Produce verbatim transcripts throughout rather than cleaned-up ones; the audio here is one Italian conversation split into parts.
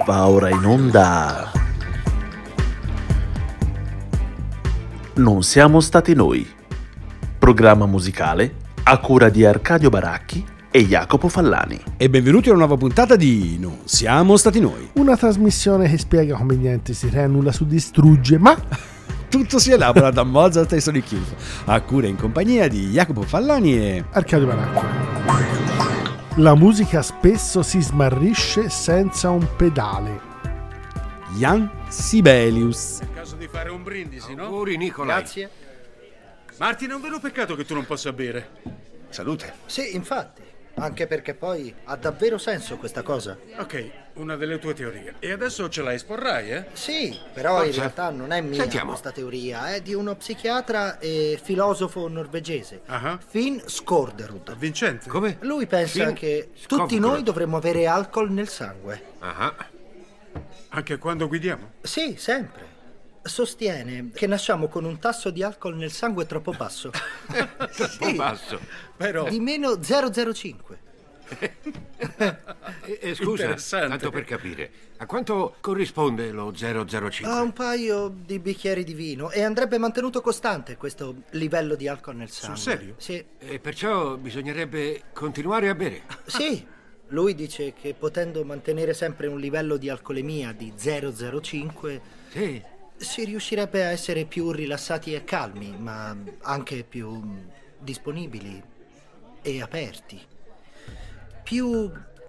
Va ora in onda. Non siamo stati noi. Programma musicale a cura di Arcadio Baracchi e Jacopo Fallani. E benvenuti a una nuova puntata di Non siamo stati noi. Una trasmissione che spiega come niente si crea, nulla si distrugge, ma tutto si elabora da Mozart e Sonic Youth, a cura in compagnia di Jacopo Fallani e Arcadio Baracchi. La musica spesso si smarrisce senza un pedale. Jan Sibelius. È il caso di fare un brindisi, no? Auguri, Nicola. Grazie. Marti, non vedo peccato che tu non possa bere. Salute. Sì, infatti. Anche perché poi ha davvero senso questa cosa. Ok, una delle tue teorie. E adesso ce la esporrai, eh? Sì, però Forza. in realtà non è mia Sentiamo. questa teoria, è di uno psichiatra e filosofo norvegese, Ah. Finn Skårderud. Vincente? Come? Lui pensa Finn che tutti Skårderud. noi dovremmo avere alcol nel sangue. Ah, Anche quando guidiamo? Sì, sempre. Sostiene che nasciamo con un tasso di alcol nel sangue troppo basso. troppo basso. Però... Di meno zero virgola zero cinque. E, e scusa, Interessante. tanto per capire, a quanto corrisponde lo zero virgola zero cinque? A un paio di bicchieri di vino e andrebbe mantenuto costante questo livello di alcol nel sangue. Sul serio? Sì. E perciò bisognerebbe continuare a bere. Sì, lui dice che potendo mantenere sempre un livello di alcolemia di zero virgola zero cinque Sì. si riuscirebbe a essere più rilassati e calmi, ma anche più disponibili e aperti, più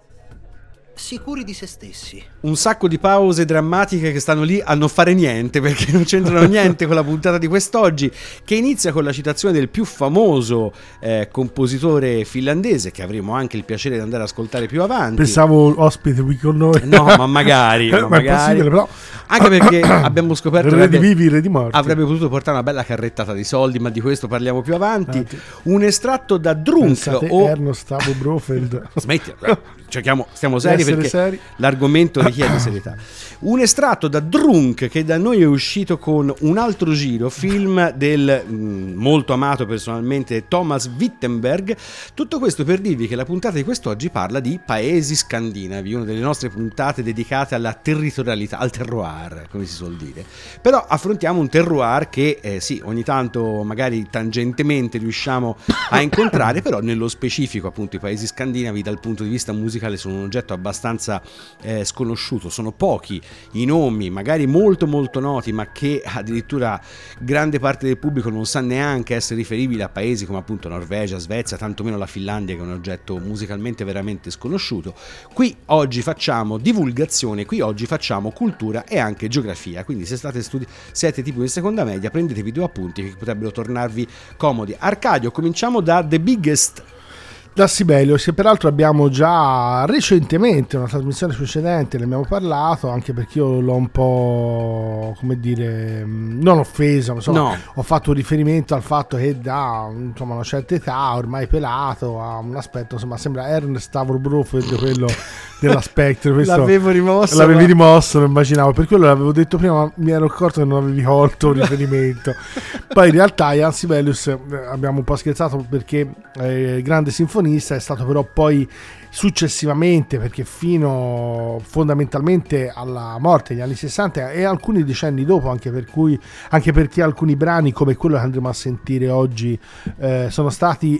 sicuri di se stessi. Un sacco di pause drammatiche che stanno lì a non fare niente, perché non c'entrano niente con la puntata di quest'oggi, che inizia con la citazione del più famoso eh, compositore finlandese, che avremo anche il piacere di andare ad ascoltare più avanti. pensavo ospite qui con noi. No, ma magari, ma Ma è magari. possibile, però. Anche perché abbiamo scoperto che Re di avrebbe- vivi, re di morti. avrebbe potuto portare una bella carrettata di soldi, ma di questo parliamo più avanti. Avanti. Un estratto da Drunk Pensate, o Ernst Stavo Brofeld. Smetti, eh, cerchiamo, stiamo seri essere perché seri. l'argomento richiede serietà. Un estratto da Drunk, che da noi è uscito con Un altro giro, film del mh, molto amato personalmente Thomas Wittenberg. Tutto questo per dirvi che la puntata di quest'oggi parla di paesi scandinavi, una delle nostre puntate dedicate alla territorialità, al terroir, come si suol dire. Però affrontiamo un terroir che eh, sì, ogni tanto magari tangentemente riusciamo a incontrare, però nello specifico appunto i paesi scandinavi dal punto di vista musicale sono un oggetto abbastanza eh, sconosciuto, sono pochi i nomi, magari molto molto noti, ma che addirittura grande parte del pubblico non sa neanche essere riferibili a paesi come appunto Norvegia, Svezia, tantomeno la Finlandia, che è un oggetto musicalmente veramente sconosciuto. Qui oggi facciamo divulgazione, qui oggi facciamo cultura e anche geografia, quindi se state studi- siete tipo in seconda media, prendetevi due appunti che potrebbero tornarvi comodi. Arcadio, cominciamo da The Biggest. Da Sibelius, che peraltro abbiamo già recentemente, una trasmissione precedente, ne abbiamo parlato, anche perché io l'ho un po', come dire, non offeso, insomma, No. ho fatto un riferimento al fatto che da insomma, una certa età, ormai pelato, ha un aspetto, insomma, sembra Ernst Stavro Brofeld, quello della Spectre. Questo L'avevo rimosso, L'avevi ma- rimosso, lo immaginavo, per quello l'avevo detto prima, ma mi ero accorto che non avevi colto il riferimento. Poi in realtà Jan Sibelius, eh, abbiamo un po' scherzato perché è grande sinfonista, è stato però poi successivamente, perché fino fondamentalmente alla morte negli anni sessanta e alcuni decenni dopo, anche per cui anche perché alcuni brani come quello che andremo a sentire oggi eh, sono stati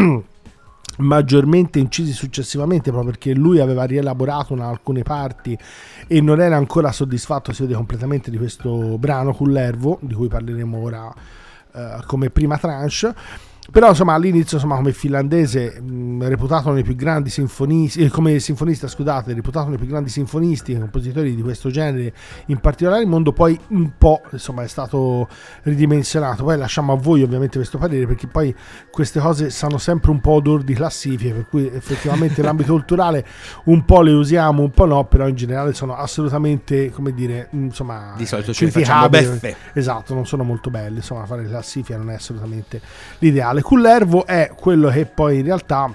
maggiormente incisi successivamente, proprio perché lui aveva rielaborato una, alcune parti e non era ancora soddisfatto, si vede, completamente di questo brano Kullervo, di cui parleremo ora eh, come prima tranche. Però insomma all'inizio, insomma, come finlandese, mh, reputato uno dei più grandi sinfonisti, eh, come sinfonista scusate, reputato uno dei più grandi sinfonisti e compositori di questo genere, in particolare il mondo, poi un po' insomma è stato ridimensionato. Poi lasciamo a voi ovviamente questo parere, perché poi queste cose sanno sempre un po' odor di classifiche, per cui effettivamente l'ambito culturale un po' le usiamo, un po' no, però in generale sono assolutamente, come dire, insomma, Di solito ce ne facciamo criticabili. beffe. Esatto, non sono molto belle, insomma, fare le classifiche non è assolutamente l'ideale. Kullervo è quello che poi in realtà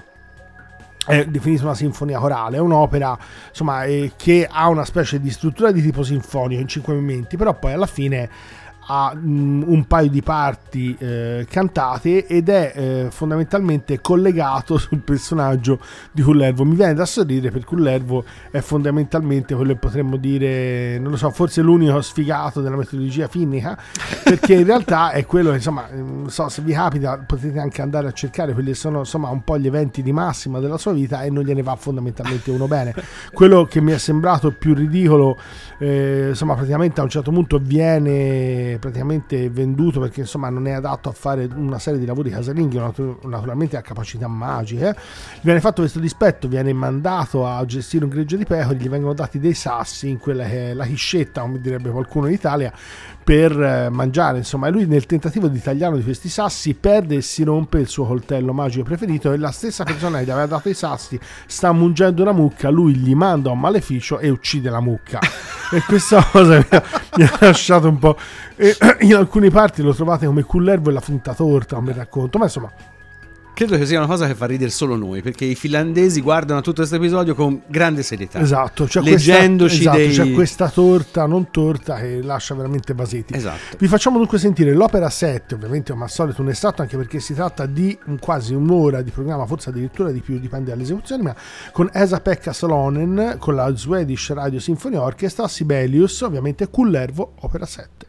è definita una sinfonia corale, è un'opera insomma eh, che ha una specie di struttura di tipo sinfonico in cinque movimenti, però poi alla fine ha mh, un paio di parti eh, cantate ed è eh, fondamentalmente collegato sul personaggio di Kullervo. Mi viene da sorridere perché Kullervo è fondamentalmente quello che potremmo dire, non lo so, forse l'unico sfigato della metodologia finnica, perché in realtà è quello che, insomma, non so, se vi capita potete anche andare a cercare quelli che sono, insomma, un po' gli eventi di massima della sua vita e non gliene va fondamentalmente uno bene. Quello che mi è sembrato più ridicolo, eh, insomma, praticamente a un certo punto viene praticamente venduto perché, insomma, non è adatto a fare una serie di lavori casalinghi, naturalmente ha capacità magiche, viene fatto questo dispetto, viene mandato a gestire un greggio di pecore, gli vengono dati dei sassi in quella che è la hiscetta, come direbbe qualcuno in Italia, per mangiare, insomma, e lui nel tentativo di tagliarlo di questi sassi perde e si rompe il suo coltello magico preferito e la stessa persona che gli aveva dato i sassi sta mungendo una mucca, lui gli manda un maleficio e uccide la mucca. E questa cosa mi ha, mi ha lasciato un po', e in alcune parti lo trovate come Kullervo e la finta torta come racconto, ma insomma credo che sia una cosa che fa ridere solo noi, perché i finlandesi guardano tutto questo episodio con grande serietà. Esatto, c'è leggendoci questa, esatto, dei... c'è questa torta non torta che lascia veramente basiti. Esatto. Vi facciamo dunque sentire l'opera sette, ovviamente come al solito un estratto, anche perché si tratta di un, quasi un'ora di programma, forse addirittura di più, dipende dall'esecuzione, ma con Esa-Pekka Salonen, con la Swedish Radio Symphony Orchestra, Sibelius, ovviamente Kullervo, opera sette.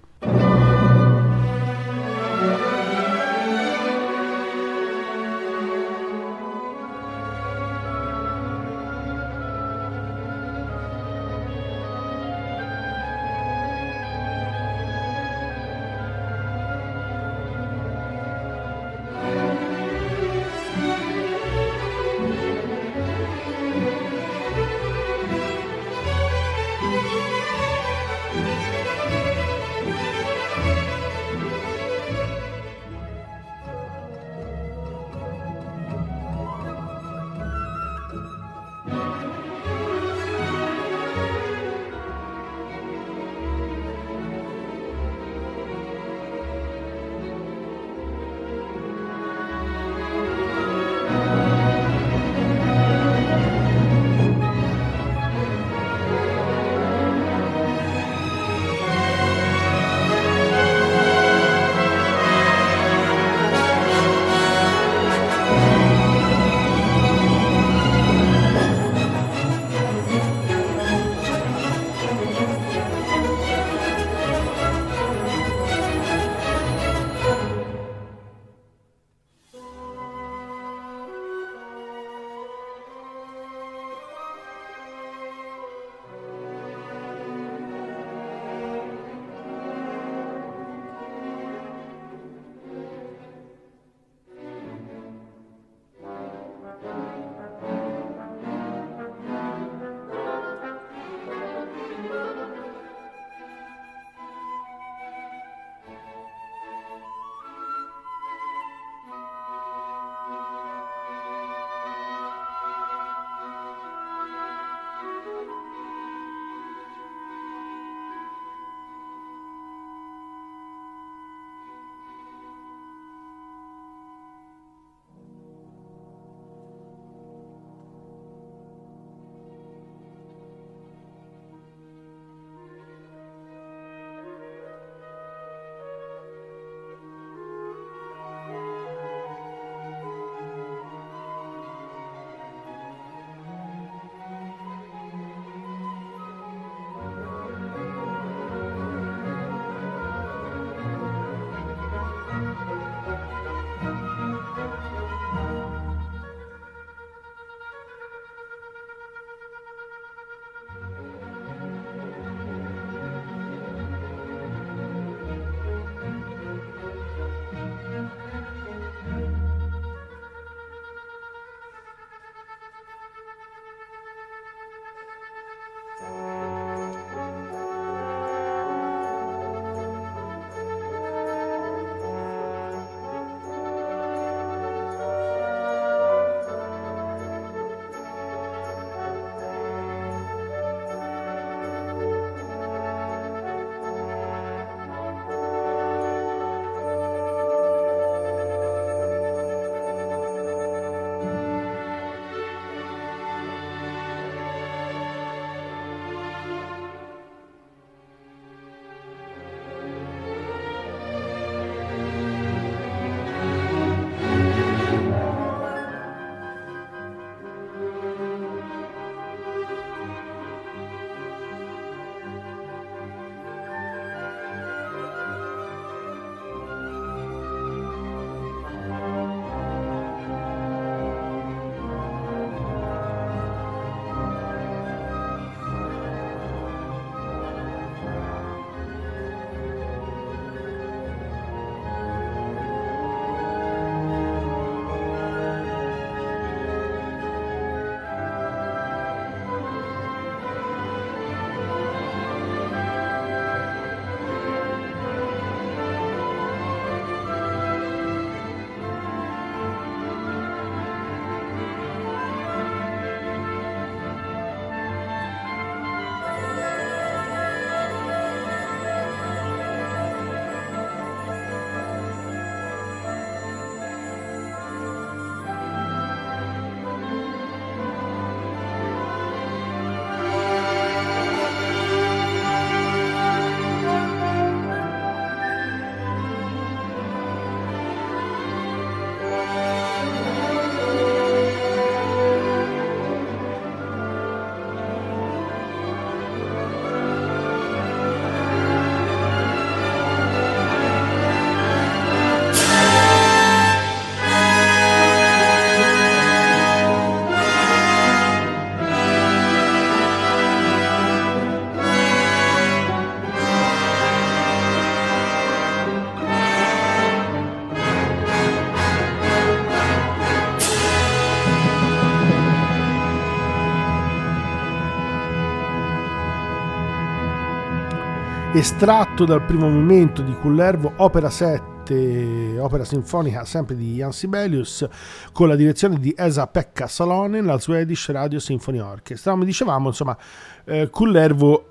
estratto dal primo movimento di Kullervo, opera sette, opera sinfonica sempre di Jan Sibelius, con la direzione di Esa-Pekka Salonen, la Swedish Radio Symphony Orchestra. Come dicevamo, insomma, eh, Kullervo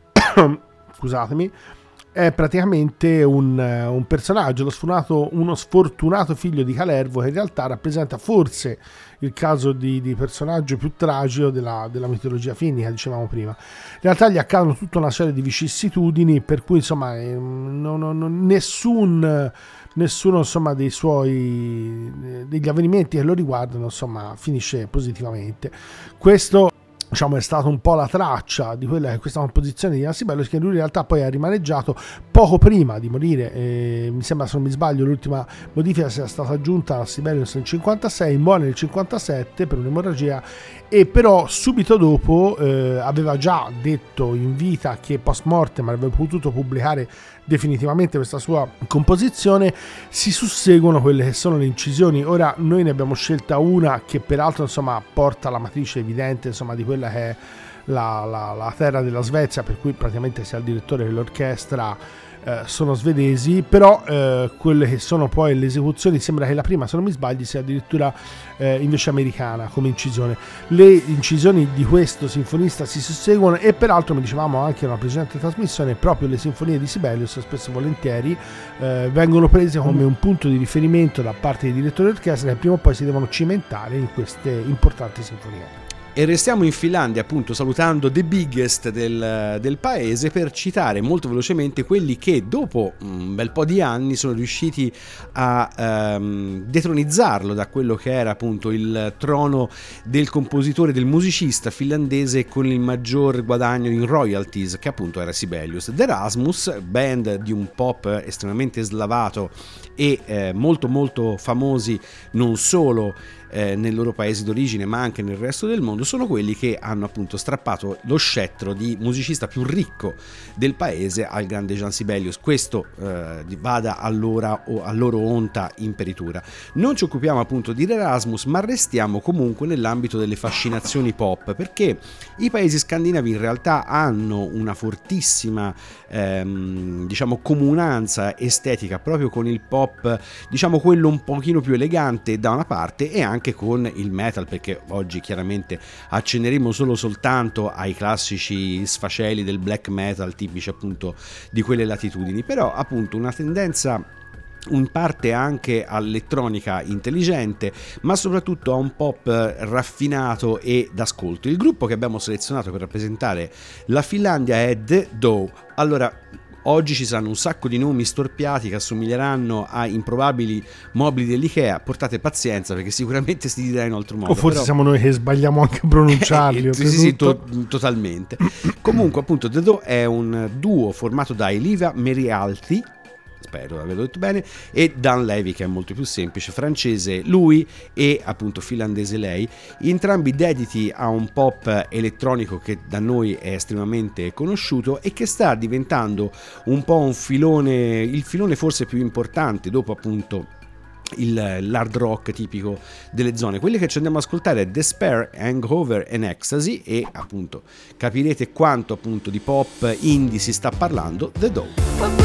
scusatemi, è praticamente un, un personaggio, lo sfortunato, uno sfortunato figlio di Kalervo, che in realtà rappresenta forse il caso di, di personaggio più tragico della, della mitologia finnica, dicevamo prima. In realtà gli accadono tutta una serie di vicissitudini, per cui insomma eh, non, non, nessun, nessuno insomma dei suoi degli avvenimenti che lo riguardano insomma finisce positivamente. Questo, diciamo, è stata un po' la traccia di quella che è questa composizione di Jan Sibelius, che lui in realtà poi ha rimaneggiato poco prima di morire. Eh, mi sembra, se non mi sbaglio, l'ultima modifica sia stata aggiunta a Sibelius nel cinquantasei, muore nel cinquantasette per un'emorragia, e però subito dopo eh, aveva già detto in vita che post mortem avrebbe potuto pubblicare definitivamente questa sua composizione. Si susseguono quelle che sono le incisioni. Ora noi ne abbiamo scelta una che peraltro insomma porta la matrice evidente insomma di quella che è la, la, la terra della Svezia, per cui praticamente sia il direttore che l'orchestra eh, sono svedesi, però eh, quelle che sono poi le esecuzioni, sembra che la prima, se non mi sbaglio, sia addirittura eh, invece americana come incisione. Le incisioni di questo sinfonista si susseguono, e peraltro, come dicevamo anche nella precedente trasmissione, proprio le sinfonie di Sibelius spesso e volentieri eh, vengono prese come un punto di riferimento da parte dei direttori d'orchestra, che prima o poi si devono cimentare in queste importanti sinfonie. E restiamo in Finlandia, appunto, salutando the biggest del, del paese, per citare molto velocemente quelli che dopo un bel po' di anni sono riusciti a um, detronizzarlo da quello che era appunto il trono del compositore, del musicista finlandese con il maggior guadagno in royalties, che appunto era Sibelius. The Rasmus, band di un pop estremamente slavato e eh, molto molto famosi non solo Eh, nei loro paesi d'origine ma anche nel resto del mondo, sono quelli che hanno appunto strappato lo scettro di musicista più ricco del paese al grande Jan Sibelius. Questo eh, vada allora o a loro onta imperitura. Non ci occupiamo appunto di Erasmus, ma restiamo comunque nell'ambito delle fascinazioni pop, perché i paesi scandinavi in realtà hanno una fortissima ehm, diciamo comunanza estetica proprio con il pop, diciamo quello un pochino più elegante da una parte, e anche anche con il metal, perché oggi chiaramente accenneremo solo soltanto ai classici sfaceli del black metal tipici appunto di quelle latitudini, però appunto una tendenza in parte anche all'elettronica intelligente, ma soprattutto a un pop raffinato e d'ascolto. Il gruppo che abbiamo selezionato per rappresentare la Finlandia è The Doe. Allora, oggi ci saranno un sacco di nomi storpiati che assomiglieranno a improbabili mobili dell'Ikea. Portate pazienza, perché sicuramente si dirà in altro modo. O forse però... siamo noi che sbagliamo anche a pronunciarli. sì, sì, sì, to- totalmente. Comunque, appunto, The Doe è un duo formato da Elivia Merialti, spero di averlo detto bene, e Dan Levy, che è molto più semplice, francese lui e appunto finlandese lei, entrambi dediti a un pop elettronico che da noi è estremamente conosciuto e che sta diventando un po' un filone, il filone forse più importante dopo appunto il, l'hard rock tipico delle zone. Quelli che ci andiamo ad ascoltare è Despair, Hangover and Ecstasy, e appunto capirete quanto appunto di pop indie si sta parlando. The Doe.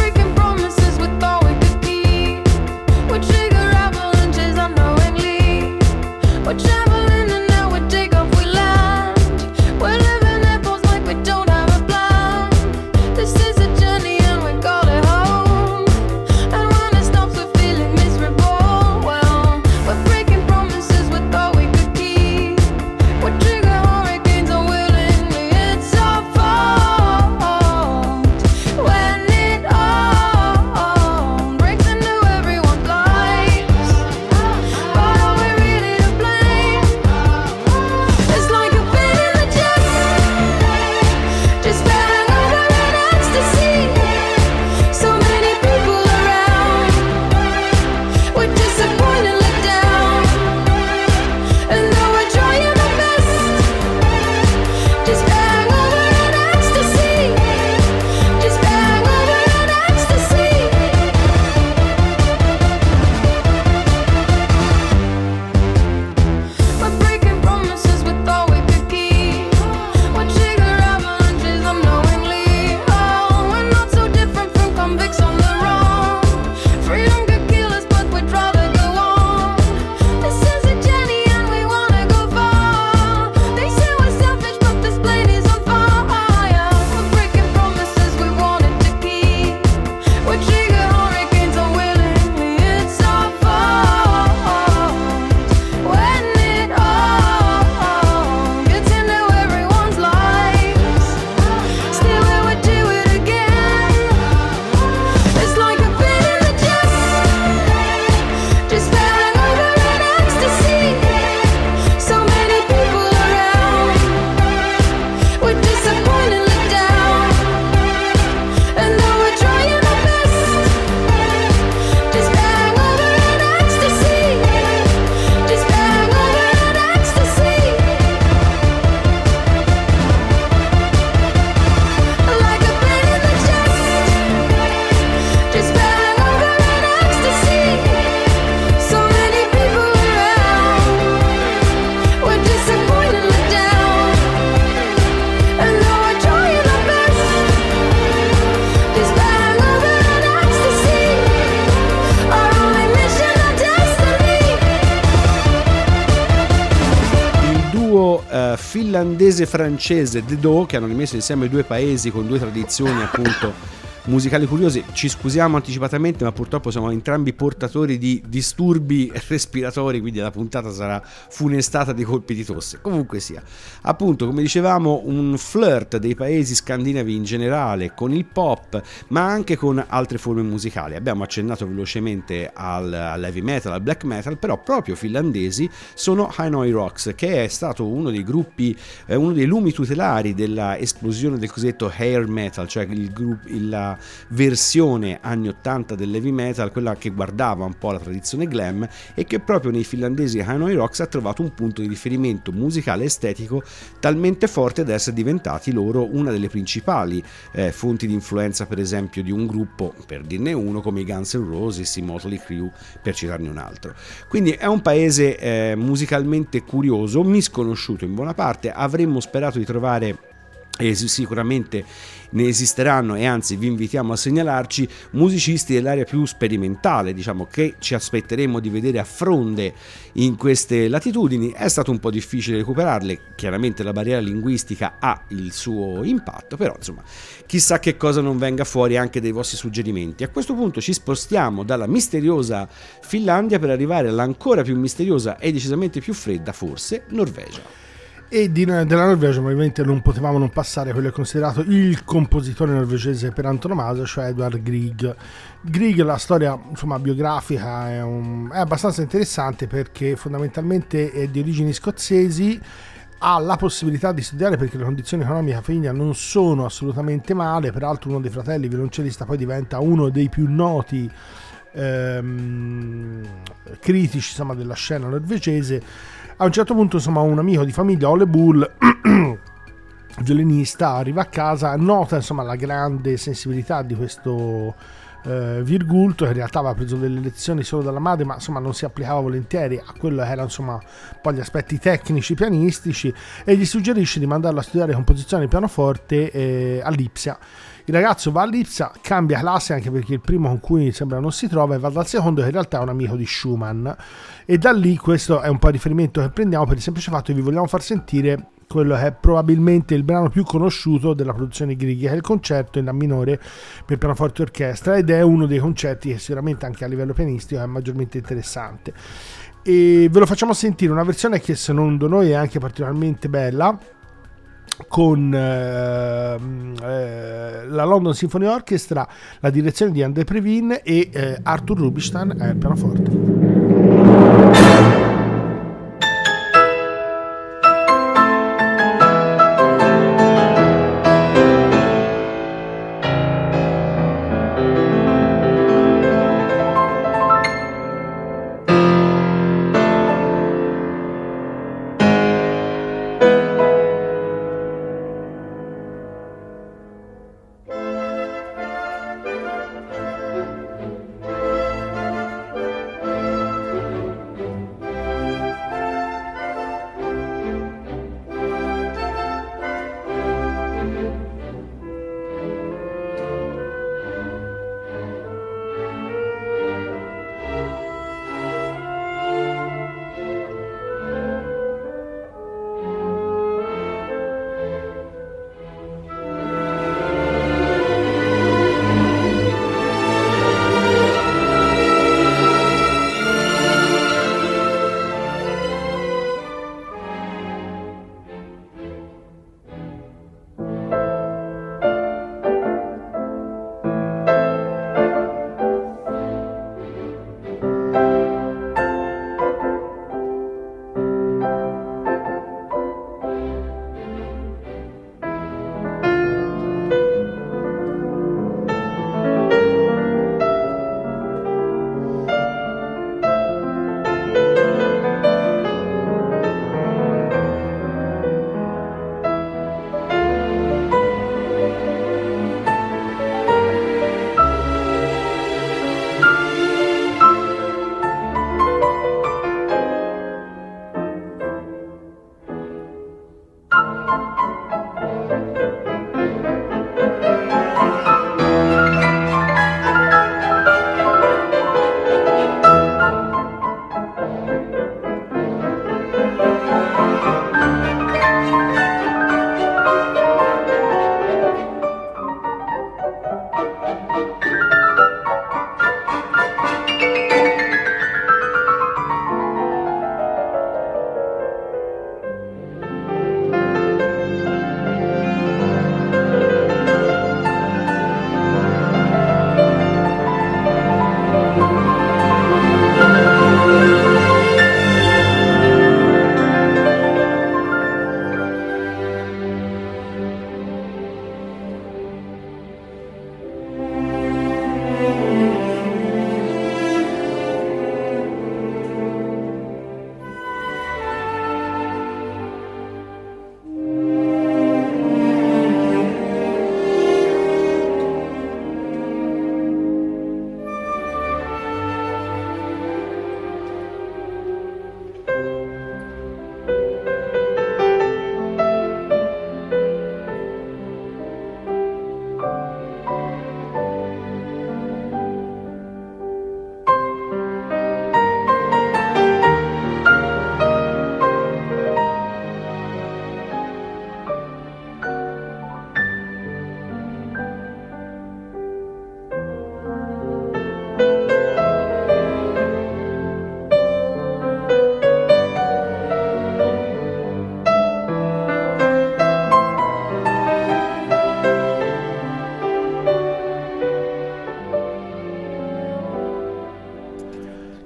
When it all finlandese-francese The Do, che hanno rimesso insieme due paesi con due tradizioni appunto musicali curiosi. Ci scusiamo anticipatamente, ma purtroppo siamo entrambi portatori di disturbi respiratori, quindi la puntata sarà funestata di colpi di tosse. Comunque sia, appunto, come dicevamo, un flirt dei paesi scandinavi in generale con il pop, ma anche con altre forme musicali. Abbiamo accennato velocemente al, al heavy metal, al black metal, però proprio finlandesi sono Hanoi Rocks, che è stato uno dei gruppi, eh, uno dei lumi tutelari della esplosione del cosiddetto hair metal, cioè il gruppo, il versione anni ottanta dell'heavy metal, quella che guardava un po' la tradizione glam, e che proprio nei finlandesi Hanoi Rocks ha trovato un punto di riferimento musicale e estetico talmente forte da essere diventati loro una delle principali eh, fonti di influenza, per esempio, di un gruppo, per dirne uno, come i Guns N' Roses, i Motley Crue, per citarne un altro. Quindi è un paese eh, musicalmente curioso, misconosciuto in buona parte. Avremmo sperato di trovare, e sicuramente ne esisteranno, e anzi vi invitiamo a segnalarci, musicisti dell'area più sperimentale, diciamo, che ci aspetteremo di vedere a fronde in queste latitudini. È stato un po' difficile recuperarle, chiaramente la barriera linguistica ha il suo impatto, però insomma chissà che cosa non venga fuori anche dai vostri suggerimenti. A questo punto ci spostiamo dalla misteriosa Finlandia per arrivare all'ancora più misteriosa e decisamente più fredda, forse, Norvegia. E di, della Norvegia ovviamente non potevamo non passare quello che è considerato il compositore norvegese per antonomasia, cioè Edvard Grieg. Grieg, la storia insomma biografica è, un, è abbastanza interessante, perché fondamentalmente è di origini scozzesi, ha la possibilità di studiare perché le condizioni economiche della famiglia non sono assolutamente male. Peraltro uno dei fratelli violoncellista poi diventa uno dei più noti ehm, critici insomma della scena norvegese. A un certo punto insomma un amico di famiglia, Ole Bull, violinista, arriva a casa, nota insomma la grande sensibilità di questo eh, Virgulto, che in realtà aveva preso delle lezioni solo dalla madre, ma insomma non si applicava volentieri a quello che erano insomma poi gli aspetti tecnici pianistici, e gli suggerisce di mandarlo a studiare composizione di pianoforte eh, a Lipsia. Il ragazzo va a Lipsia, cambia classe anche perché il primo con cui sembra non si trova, e va dal secondo, che in realtà è un amico di Schumann, e da lì questo è un po' il riferimento che prendiamo per il semplice fatto che vi vogliamo far sentire quello che è probabilmente il brano più conosciuto della produzione Grieg, che è il concerto in La minore per pianoforte e orchestra, ed è uno dei concerti che sicuramente anche a livello pianistico è maggiormente interessante. E ve lo facciamo sentire una versione che secondo noi è anche particolarmente bella, con eh, eh, la London Symphony Orchestra, la direzione di André Previn e eh, Arthur Rubinstein al pianoforte.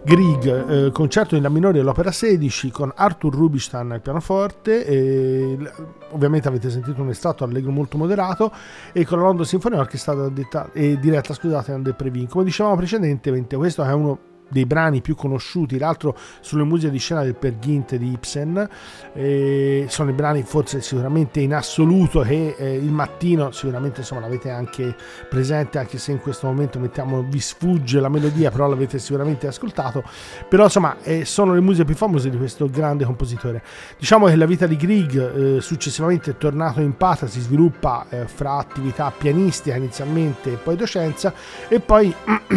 Grieg, eh, concerto in La minore dell'opera sedici con Arthur Rubinstein al pianoforte, e, ovviamente avete sentito un estratto allegro molto moderato, e con la London Symphony Orchestra detta, e diretta scusate André Previn. Come dicevamo precedentemente, questo è uno dei brani più conosciuti, l'altro sulle musiche di scena del Per Gynt di Ibsen, eh, sono i brani forse sicuramente in assoluto che eh, il mattino sicuramente insomma l'avete anche presente, anche se in questo momento mettiamo vi sfugge la melodia, però l'avete sicuramente ascoltato, però insomma eh, sono le musiche più famose di questo grande compositore. Diciamo che la vita di Grieg eh, successivamente è tornato in patria, si sviluppa eh, fra attività pianistica inizialmente e poi docenza, e poi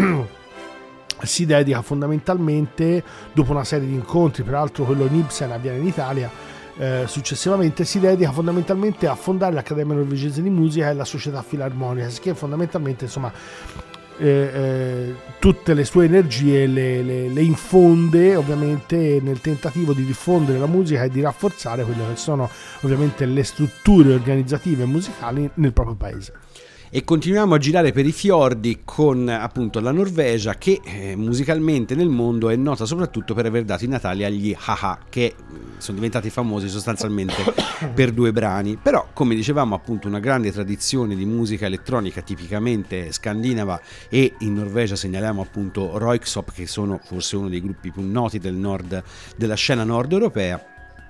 si dedica fondamentalmente, dopo una serie di incontri, peraltro quello in Ibsen avviene in Italia, eh, successivamente si dedica fondamentalmente a fondare l'Accademia Norvegese di Musica e la Società Filarmonica, che fondamentalmente insomma eh, eh, tutte le sue energie le, le, le infonde ovviamente nel tentativo di diffondere la musica e di rafforzare quelle che sono ovviamente le strutture organizzative e musicali nel proprio paese. E continuiamo a girare per i fiordi con appunto la Norvegia, che eh, musicalmente nel mondo è nota soprattutto per aver dato i natali agli a-ha, che sono diventati famosi sostanzialmente per due brani. Però, come dicevamo, appunto una grande tradizione di musica elettronica tipicamente scandinava, e in Norvegia segnaliamo appunto Röyksopp, che sono forse uno dei gruppi più noti del nord, della scena nord europea,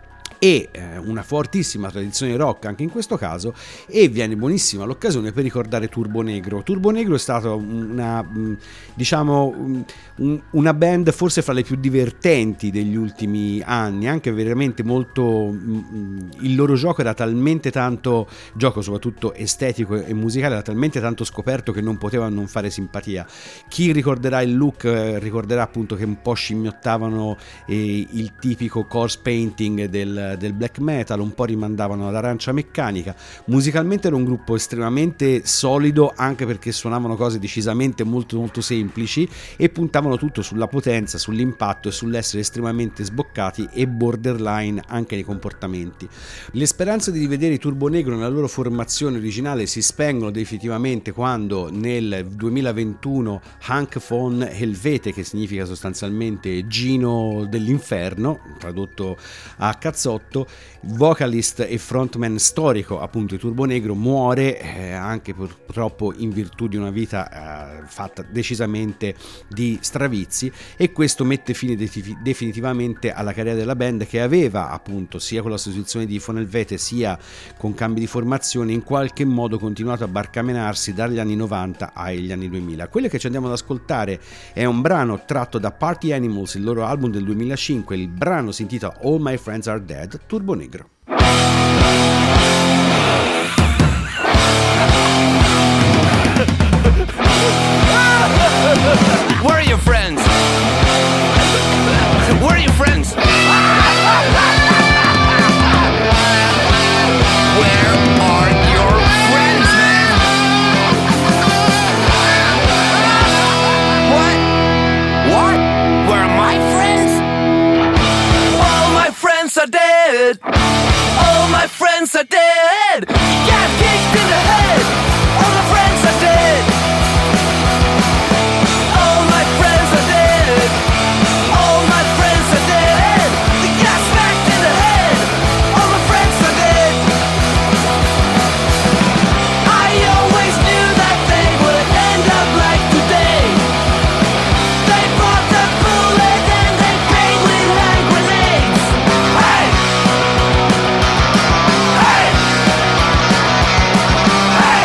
e eh, una fortissima tradizione rock anche in questo caso, e viene buonissima l'occasione per ricordare Turbonegro. Turbonegro è stata una diciamo un, una band forse fra le più divertenti degli ultimi anni, anche veramente molto, il loro gioco era talmente tanto, gioco soprattutto estetico e musicale, era talmente tanto scoperto che non poteva non fare simpatia. Chi ricorderà il look eh, ricorderà appunto che un po' scimmiottavano eh, il tipico corpse painting del del black metal, un po' rimandavano all'arancia meccanica. Musicalmente era un gruppo estremamente solido, anche perché suonavano cose decisamente molto molto semplici e puntavano tutto sulla potenza, sull'impatto e sull'essere estremamente sboccati e borderline anche nei comportamenti. Le speranze di rivedere i Turbonegro nella loro formazione originale si spengono definitivamente quando nel duemilaventuno Hank von Helvete, che significa sostanzialmente Gino dell'inferno, tradotto a cazzotto, vocalist e frontman storico appunto di Turbonegro, muore eh, anche purtroppo in virtù di una vita eh, fatta decisamente di stravizi, e questo mette fine de- definitivamente alla carriera della band, che aveva appunto sia con la sostituzione di von Helvete sia con cambi di formazione in qualche modo continuato a barcamenarsi dagli anni novanta agli anni duemila. Quello che ci andiamo ad ascoltare è un brano tratto da Party Animals, il loro album del duemilacinque. Il brano si intitola All My Friends Are Dead, Turbonegro. Where are your friends? Where are your friends? Where are your friends, man? What? What? Where are my friends? All my friends are dead. All my friends are dead. Got kicked in the head. All my friends are dead. All my friends are dead. All my friends are dead. They got smacked in the head. All my friends are dead. I always knew that they would end up like today. They bought the bullet and they paid with hand grenades. Hey! Hey! Hey!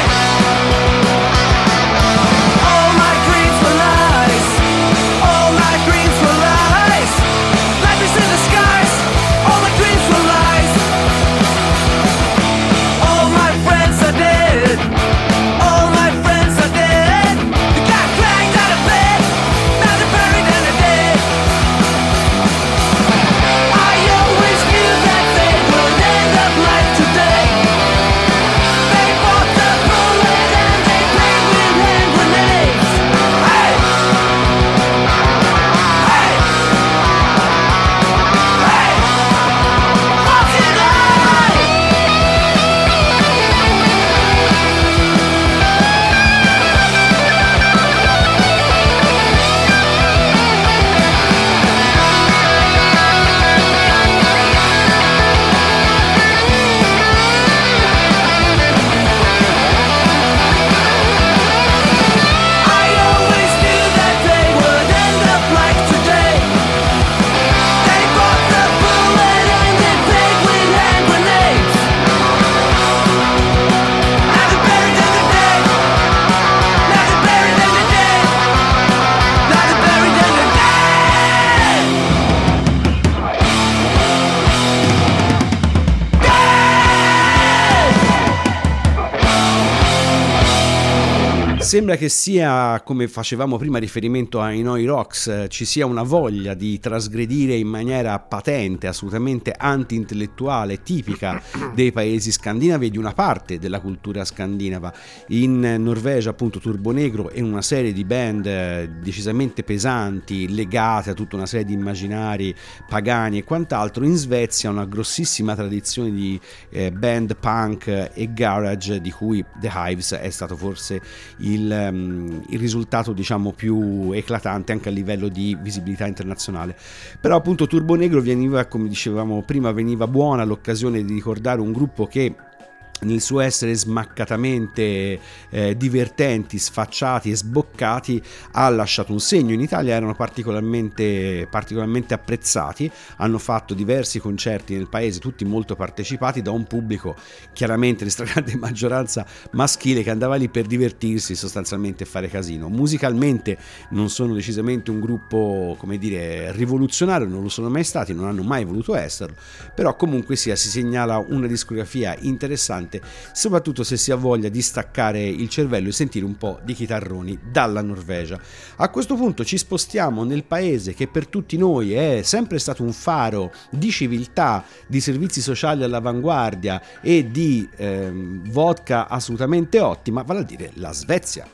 sembra che sia, come facevamo prima riferimento ai Noi Rocks, eh, ci sia una voglia di trasgredire in maniera patente, assolutamente anti-intellettuale, tipica dei paesi scandinavi e di una parte della cultura scandinava. In Norvegia appunto Turbonegro e una serie di band eh, decisamente pesanti, legate a tutta una serie di immaginari pagani e quant'altro. In Svezia una grossissima tradizione di eh, band punk e garage, di cui The Hives è stato forse il, um, il risultato diciamo più eclatante anche a livello di visibilità internazionale. Però appunto Turbonegro veniva, come dicevamo prima, veniva buona l'occasione di ricordare un gruppo che nel suo essere smaccatamente eh, divertenti, sfacciati e sboccati ha lasciato un segno. In Italia erano particolarmente, particolarmente apprezzati, hanno fatto diversi concerti nel paese, tutti molto partecipati da un pubblico chiaramente in stragrande maggioranza maschile, che andava lì per divertirsi, sostanzialmente e fare casino. Musicalmente non sono decisamente un gruppo, come dire, rivoluzionario, non lo sono mai stati, non hanno mai voluto esserlo, però comunque sia si segnala una discografia interessante, soprattutto se si ha voglia di staccare il cervello e sentire un po' di chitarroni dalla Norvegia. A questo punto ci spostiamo nel paese che per tutti noi è sempre stato un faro di civiltà, di servizi sociali all'avanguardia e di ehm, vodka assolutamente ottima, vale a dire la Svezia.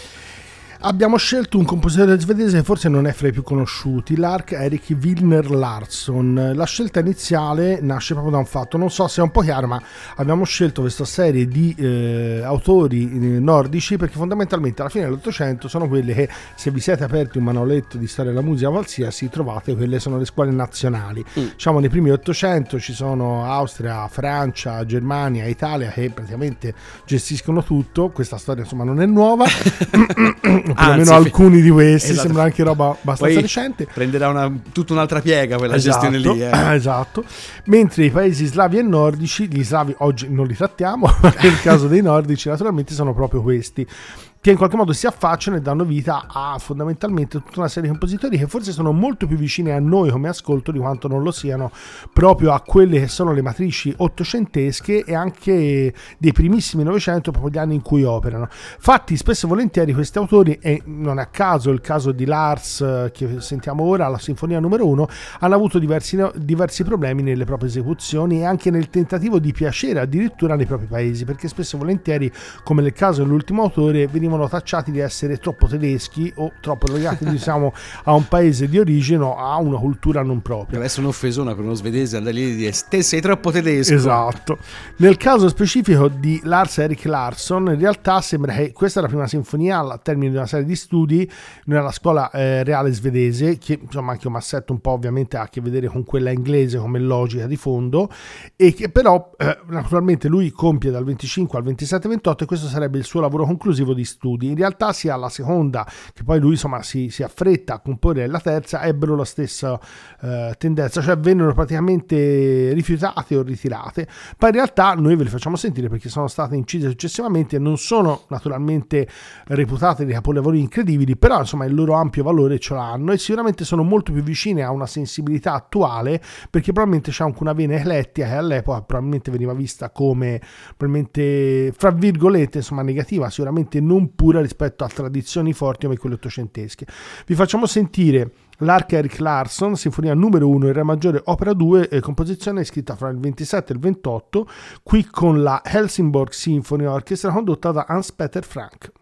Abbiamo scelto un compositore svedese che forse non è fra i più conosciuti, Lars Erik Wilner Larsson. La scelta iniziale nasce proprio da un fatto, non so se è un po' chiaro, ma abbiamo scelto questa serie di eh, autori eh, nordici perché fondamentalmente alla fine dell'Ottocento sono quelli che, se vi siete aperti un manualetto di storia della musica qualsiasi, trovate, quelle sono le scuole nazionali. Mm. Diciamo nei primi Ottocento ci sono Austria, Francia, Germania, Italia che praticamente gestiscono tutto. Questa storia insomma non è nuova. Perlomeno alcuni di questi, esatto. Sembra anche roba abbastanza Poi recente. Prenderà una, tutta un'altra piega quella Esatto, gestione lì. Eh. Esatto. Mentre i paesi slavi e nordici, gli slavi oggi non li trattiamo, nel caso dei nordici naturalmente sono proprio questi, che in qualche modo si affacciano e danno vita a fondamentalmente tutta una serie di compositori che forse sono molto più vicini a noi come ascolto di quanto non lo siano proprio a quelle che sono le matrici ottocentesche e anche dei primissimi Novecento, proprio gli anni in cui operano. Fatti spesso e volentieri questi autori, e non è a caso il caso di Lars che sentiamo ora, la sinfonia numero uno, hanno avuto diversi, diversi problemi nelle proprie esecuzioni e anche nel tentativo di piacere addirittura nei propri paesi, perché spesso e volentieri, come nel caso dell'ultimo autore, venivano tacciati di essere troppo tedeschi o troppo legati diciamo a un paese di origine o a una cultura non propria. Deve essere un'offesona per uno svedese andare lì e dire te sei troppo tedesco. Esatto. Nel caso specifico di Lars Erik Larsson, in realtà sembra che questa è la prima sinfonia al termine di una serie di studi nella scuola eh, reale svedese, che insomma anche un massetto un po' ovviamente ha a che vedere con quella inglese come logica di fondo, e che però eh, naturalmente lui compie dal venticinque al ventisette ventotto e questo sarebbe il suo lavoro conclusivo di studi. In realtà sia la seconda, che poi lui insomma si, si affretta a comporre, la terza ebbero la stessa eh, tendenza, cioè vennero praticamente rifiutate o ritirate. Poi in realtà noi ve le facciamo sentire perché sono state incise successivamente e non sono naturalmente reputate dei capolavori incredibili, però insomma il loro ampio valore ce l'hanno e sicuramente sono molto più vicine a una sensibilità attuale, perché probabilmente c'è anche una vena eclettica che all'epoca probabilmente veniva vista come probabilmente fra virgolette insomma negativa, sicuramente non pura rispetto a tradizioni forti come quelle ottocentesche. Vi facciamo sentire Lars Erik Larsson, sinfonia numero uno in re maggiore opera due, eh, composizione scritta fra il ventisette e il ventotto, qui con la Helsingborg Symphony Orchestra condotta da Hans Peter Frank.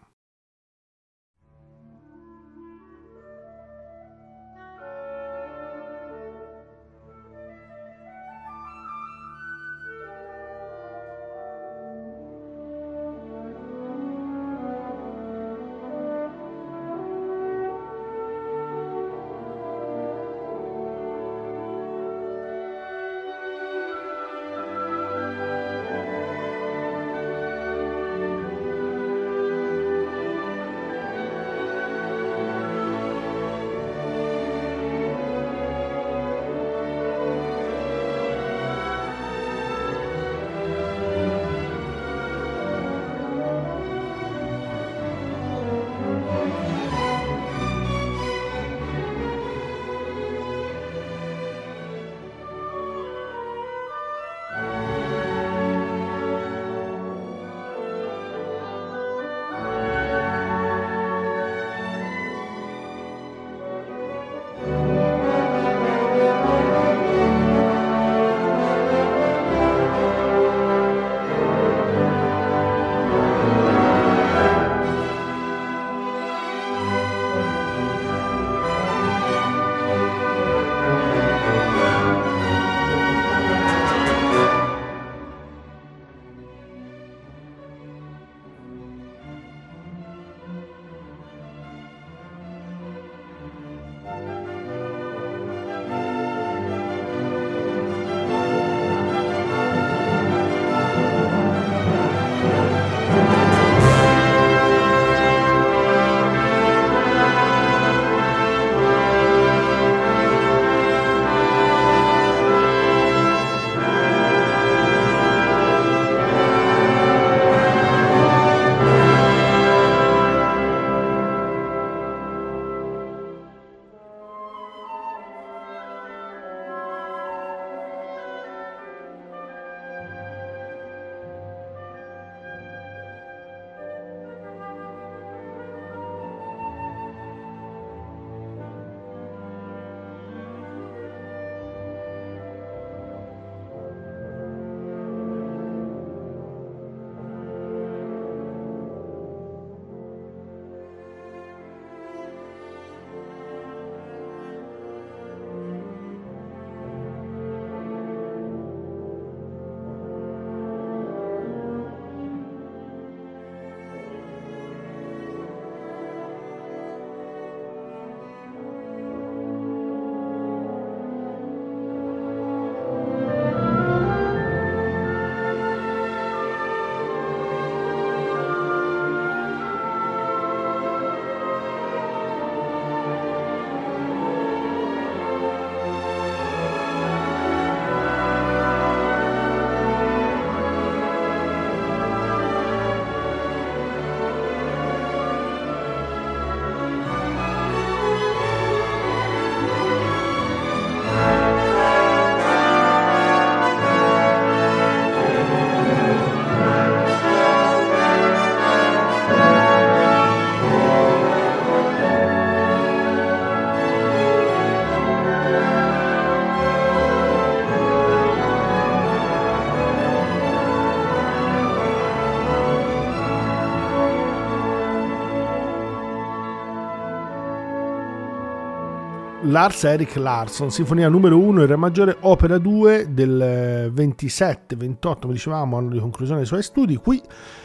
Lars Erik Larsson, sinfonia numero uno in re maggiore, opera due del ventisette ventotto, come dicevamo, anno di conclusione dei suoi studi, qui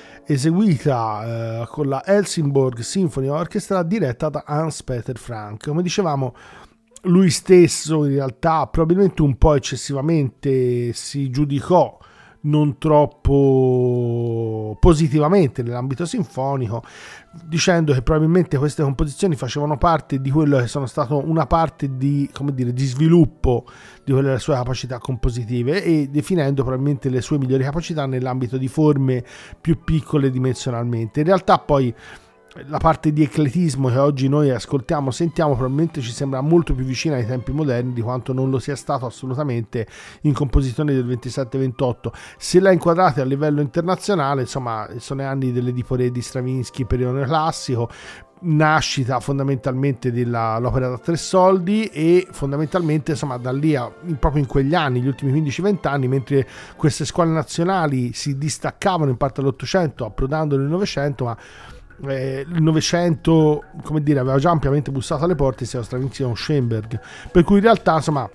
eseguita eh, con la Helsingborg Symphony Orchestra, diretta da Hans Peter Frank. Come dicevamo, lui stesso in realtà probabilmente un po' eccessivamente si giudicò non troppo positivamente nell'ambito sinfonico, dicendo che probabilmente queste composizioni facevano parte di quello che sono stato una parte di, come dire, di sviluppo di quelle sue capacità compositive, e definendo probabilmente le sue migliori capacità nell'ambito di forme più piccole dimensionalmente. In realtà poi la parte di ecletismo che oggi noi ascoltiamo, sentiamo, probabilmente ci sembra molto più vicina ai tempi moderni di quanto non lo sia stato assolutamente in composizioni del ventisette ventotto. Se la inquadrate a livello internazionale, insomma, sono gli anni dell'Edipo Re di Stravinsky, periodo classico, nascita fondamentalmente dell'opera da tre soldi, e fondamentalmente insomma da lì a, proprio in quegli anni, gli ultimi quindici venti anni, mentre queste scuole nazionali si distaccavano in parte dall'Ottocento approdando nel Novecento, ma Eh, il Novecento, come dire, aveva già ampiamente bussato alle porte sia Stravinsky che Schoenberg, per cui in realtà insomma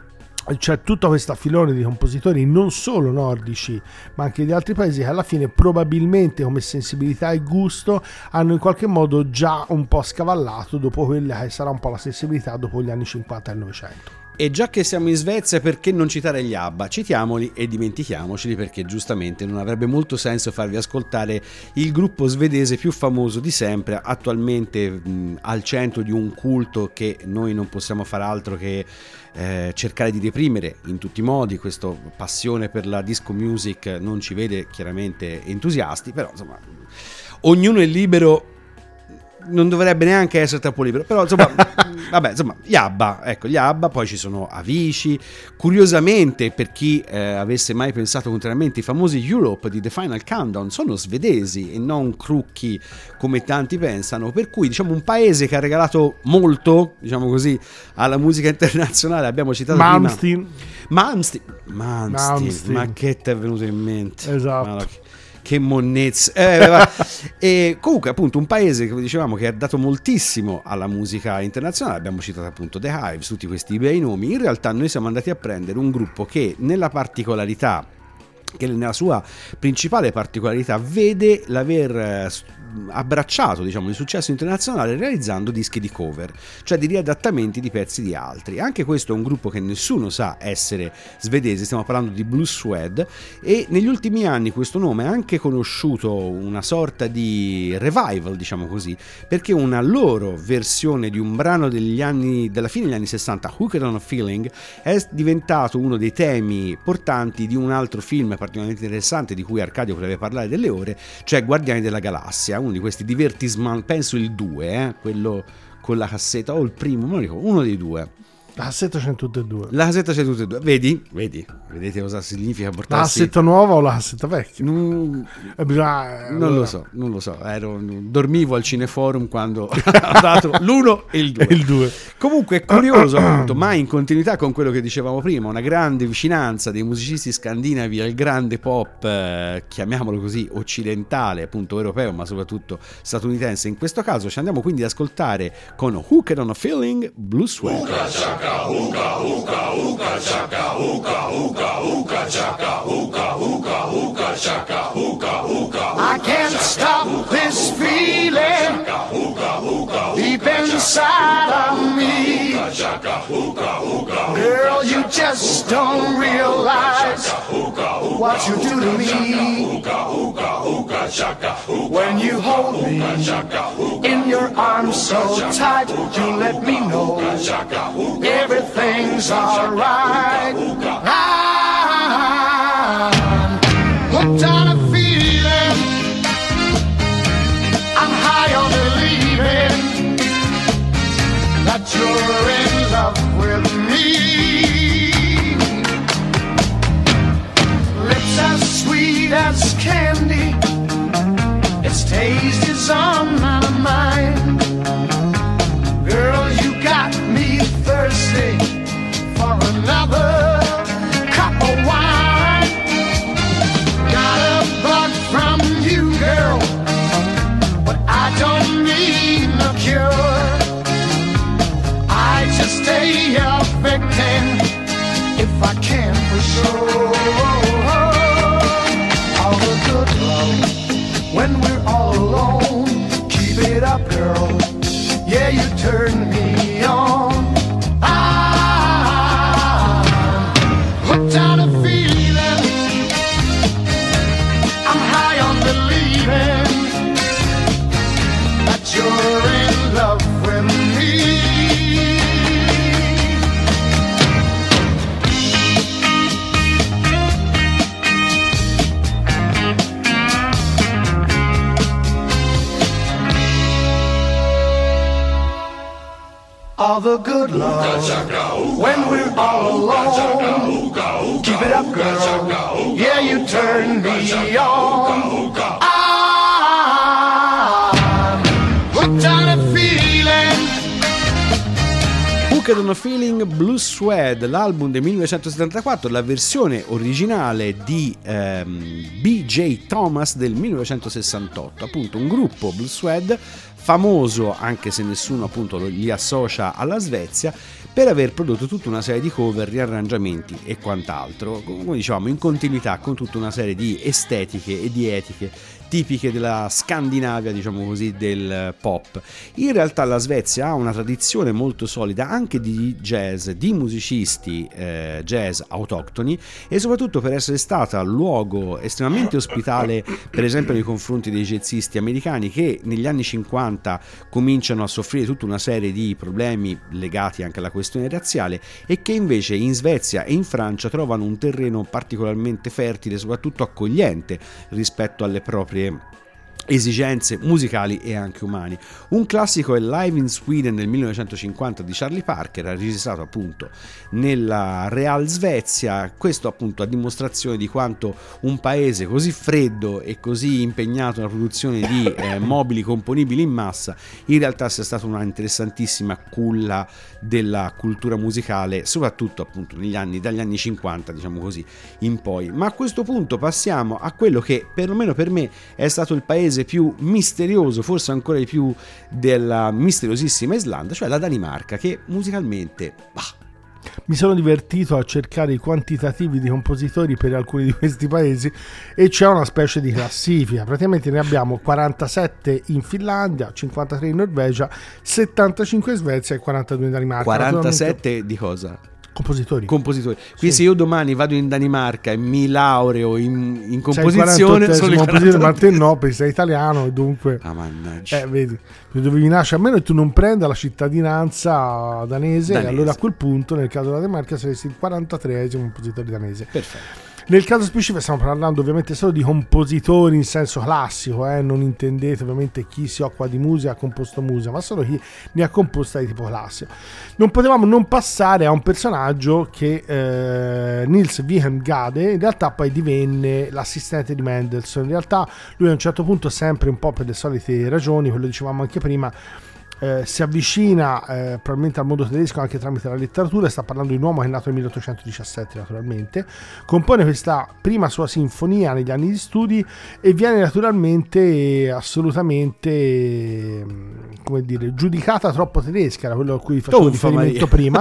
c'è tutta questa filone di compositori non solo nordici ma anche di altri paesi che alla fine probabilmente come sensibilità e gusto hanno in qualche modo già un po' scavallato dopo quella che sarà un po' la sensibilità dopo gli anni cinquanta e il Novecento. E già che siamo in Svezia, perché non citare gli ABBA? Citiamoli e dimentichiamoceli, perché giustamente non avrebbe molto senso farvi ascoltare il gruppo svedese più famoso di sempre, attualmente mh, al centro di un culto che noi non possiamo fare altro che eh, cercare di reprimere in tutti i modi. Questa passione per la disco music non ci vede chiaramente entusiasti, però insomma ognuno è libero, non dovrebbe neanche essere troppo libero, però insomma vabbè, insomma gli ABBA, ecco gli ABBA, poi ci sono Avicii. Curiosamente, per chi eh, avesse mai pensato contrariamente, i famosi Europe di The Final Countdown sono svedesi e non crucchi come tanti pensano, per cui diciamo un paese che ha regalato molto, diciamo così, alla musica internazionale. Abbiamo citato Malmsteen. prima Malmsteen Malmsteen, Malmsteen. Ma che ti è venuto in mente? Esatto. Ma che monnezza. Eh, e comunque appunto un paese, come dicevamo, che ha dato moltissimo alla musica internazionale. Abbiamo citato appunto The Hives, tutti questi bei nomi. In realtà noi siamo andati a prendere un gruppo che nella particolarità, che nella sua principale particolarità vede l'aver abbracciato, diciamo, il successo internazionale realizzando dischi di cover, cioè di riadattamenti di pezzi di altri. Anche questo è un gruppo che nessuno sa essere svedese, stiamo parlando di Blue Swede, e negli ultimi anni questo nome ha anche conosciuto una sorta di revival, diciamo così, perché una loro versione di un brano degli anni, della fine degli anni sessanta, Hooked on a Feeling, è diventato uno dei temi portanti di un altro film particolarmente interessante di cui Arcadio potrebbe parlare delle ore, cioè Guardiani della Galassia, uno di questi divertissement, penso il due, eh, quello con la cassetta, o il primo, non lo ricordo, uno dei due. La cassetta c'è tutte e due. La cassetta c'è tutte e due. Vedi? Vedi? Vedete cosa significa portarsi? La cassetta nuova o la cassetta vecchia? Non, eh, bisogna, non allora. lo so, non lo so. Ero, dormivo al Cineforum quando ha dato l'uno e il due. il due. Comunque è curioso, appunto, ma in continuità con quello che dicevamo prima, una grande vicinanza dei musicisti scandinavi al grande pop, eh, chiamiamolo così, occidentale, appunto europeo, ma soprattutto statunitense in questo caso. Ci andiamo quindi ad ascoltare con Hooked on a Feeling, Blue Swede. Hookah, hookah, hookah, chaka, hookah, hookah, hookah, chaka, hookah, hookah, hookah, chaka, hookah, hookah. I can't stop this feeling deep inside of me. Girl, you just don't realize what you do to me. When you hold me in your arms so tight, you let me know everything's alright. I'm hooked on a feeling, I'm high on believing that you're in love with me. Lips as sweet as candy, its taste is on my mind. Girl, you got me thirsty for another. expecting if I can for sure. All the good love when we're all alone. Keep it up, girl. Yeah, you turn me on. I'm hooked on a feeling. I'm high on believing that you're in love with me. All the good love when we're all alone. Keep it up, girl. Yeah, you turn me on. I'm hooked on a feeling. Hooked on a Feeling, Blue Suede, l'album del millenovecentosettantaquattro, la versione originale di ehm, B J Thomas del millenovecentosessantotto, appunto un gruppo, Blue Suede, famoso, anche se nessuno appunto li associa alla Svezia, per aver prodotto tutta una serie di cover, riarrangiamenti e quant'altro, come dicevamo, in continuità con tutta una serie di estetiche e di etiche tipiche della Scandinavia, diciamo così, del pop. In realtà la Svezia ha una tradizione molto solida anche di jazz, di musicisti eh, jazz autoctoni, e soprattutto per essere stata luogo estremamente ospitale, per esempio nei confronti dei jazzisti americani, che negli anni cinquanta cominciano a soffrire tutta una serie di problemi legati anche alla questione razziale, e che invece in Svezia e in Francia trovano un terreno particolarmente fertile, soprattutto accogliente rispetto alle proprie esigenze musicali e anche umani. Un classico è Live in Sweden del millenovecentocinquanta di Charlie Parker, registrato appunto nella Real Svezia, questo appunto a dimostrazione di quanto un paese così freddo e così impegnato nella produzione di eh, mobili componibili in massa in realtà sia stata una interessantissima culla della cultura musicale, soprattutto appunto negli anni, dagli anni cinquanta, diciamo così, in poi. Ma a questo punto passiamo a quello che perlomeno per me è stato il paese più misterioso, forse ancora di più della misteriosissima Islanda, cioè la Danimarca, che musicalmente bah. Mi sono divertito a cercare i quantitativi di compositori per alcuni di questi paesi e c'è una specie di classifica. Praticamente ne abbiamo quarantasette in Finlandia, cinquantatré in Norvegia, settantacinque in Svezia e quarantadue in Danimarca. quarantasette di cosa? Compositori. Compositori. Quindi Sì. se io domani vado in Danimarca e mi laureo in, in composizione, sono i compositore, ma te no, perché sei italiano e dunque... Ah, mannaggia. Eh, vedi, dovevi nascere, a meno che tu non prenda la cittadinanza danese, danese. E allora a quel punto, nel caso della Danimarca, saresti il quarantatreesimo compositore danese. Perfetto. Nel caso specifico stiamo parlando ovviamente solo di compositori in senso classico, eh? Non intendete ovviamente chi si occupa di musica ha composto musica, ma solo chi ne ha composta di tipo classico. Non potevamo non passare a un personaggio che eh, Nils Wilhelm Gade in realtà poi divenne l'assistente di Mendelssohn. In realtà lui a un certo punto, sempre un po' per le solite ragioni, quello dicevamo anche prima, Eh, si avvicina eh, probabilmente al mondo tedesco anche tramite la letteratura. Sta parlando di un uomo che è nato nel milleottocentodiciassette, naturalmente. Compone questa prima sua sinfonia negli anni di studi e viene naturalmente assolutamente, come dire, giudicata troppo tedesca, era quello a cui facevo Tonfa, riferimento Maria. prima.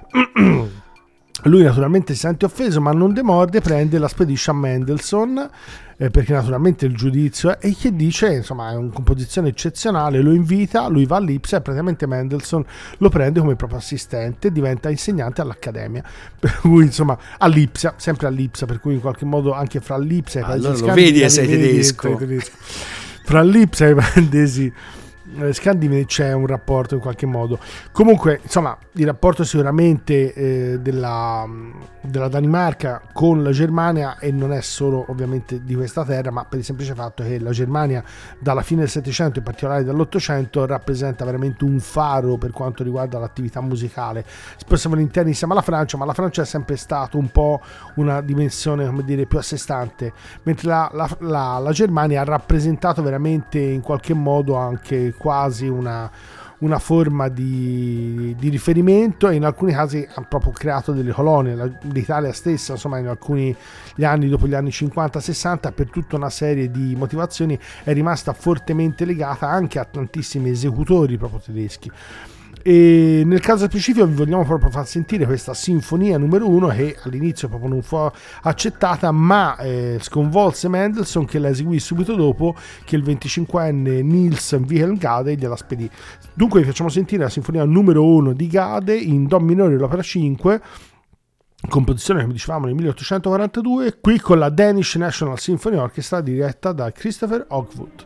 Lui naturalmente si sente offeso, ma non demorde, prende la spedisce a Mendelssohn, eh, perché naturalmente il giudizio è, e che dice, insomma, è una composizione eccezionale, lo invita, lui va all'Ipsa e praticamente Mendelssohn lo prende come proprio assistente, diventa insegnante all'Accademia, per cui insomma all'Ipsa, sempre all'Ipsa, per cui in qualche modo anche fra l'Ipsa e i paesi allora lo vedi e sei vedi, tedesco. sei tedesco. Fra l'Ipsa e i paesi scandinavi c'è un rapporto in qualche modo. Comunque insomma il rapporto sicuramente eh, della, della Danimarca con la Germania, e non è solo ovviamente di questa terra, ma per il semplice fatto che la Germania dalla fine del Settecento, in particolare dall'Ottocento, rappresenta veramente un faro per quanto riguarda l'attività musicale. Spesso e volentieri insieme alla Francia, ma la Francia è sempre stato un po' una dimensione, come dire, più a sé stante, mentre la, la, la, la Germania ha rappresentato veramente in qualche modo anche quasi una, una forma di, di riferimento, e in alcuni casi ha proprio creato delle colonie. La, l'Italia stessa, insomma, in alcuni gli anni dopo gli anni cinquanta sessanta, per tutta una serie di motivazioni è rimasta fortemente legata anche a tantissimi esecutori proprio tedeschi. E nel caso specifico vi vogliamo proprio far sentire questa sinfonia numero uno che all'inizio proprio non fu accettata, ma eh, sconvolse Mendelssohn, che la eseguì subito dopo che il venticinquenne Niels Wilhelm Gade gliela spedì. Dunque vi facciamo sentire la sinfonia numero uno di Gade in do minore, l'opera cinque, composizione come dicevamo nel milleottocentoquarantadue, qui con la Danish National Symphony Orchestra diretta da Christopher Hogwood.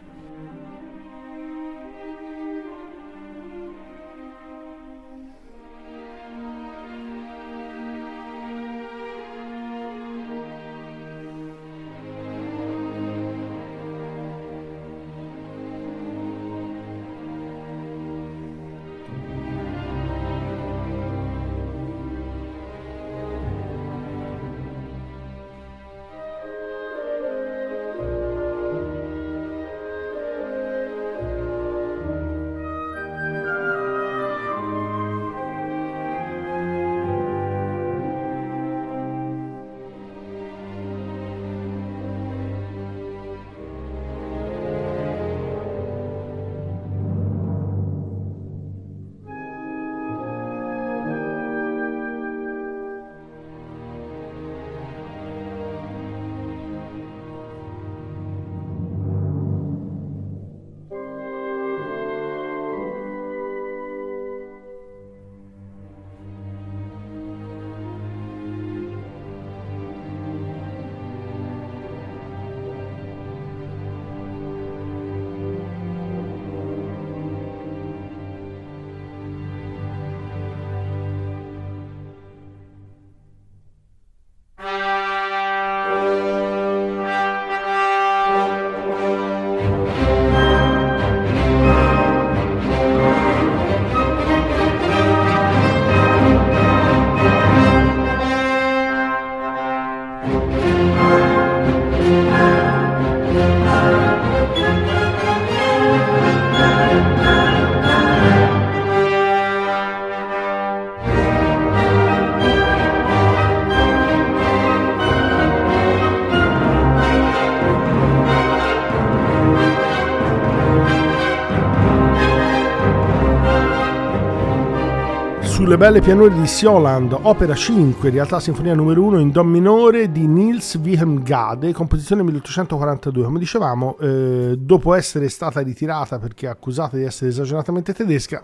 Sulle belle pianure di Sioland, opera cinque, in realtà sinfonia numero uno in do minore di Niels Wilhelm Gade, composizione milleottocentoquarantadue. Come dicevamo, eh, dopo essere stata ritirata perché accusata di essere esageratamente tedesca,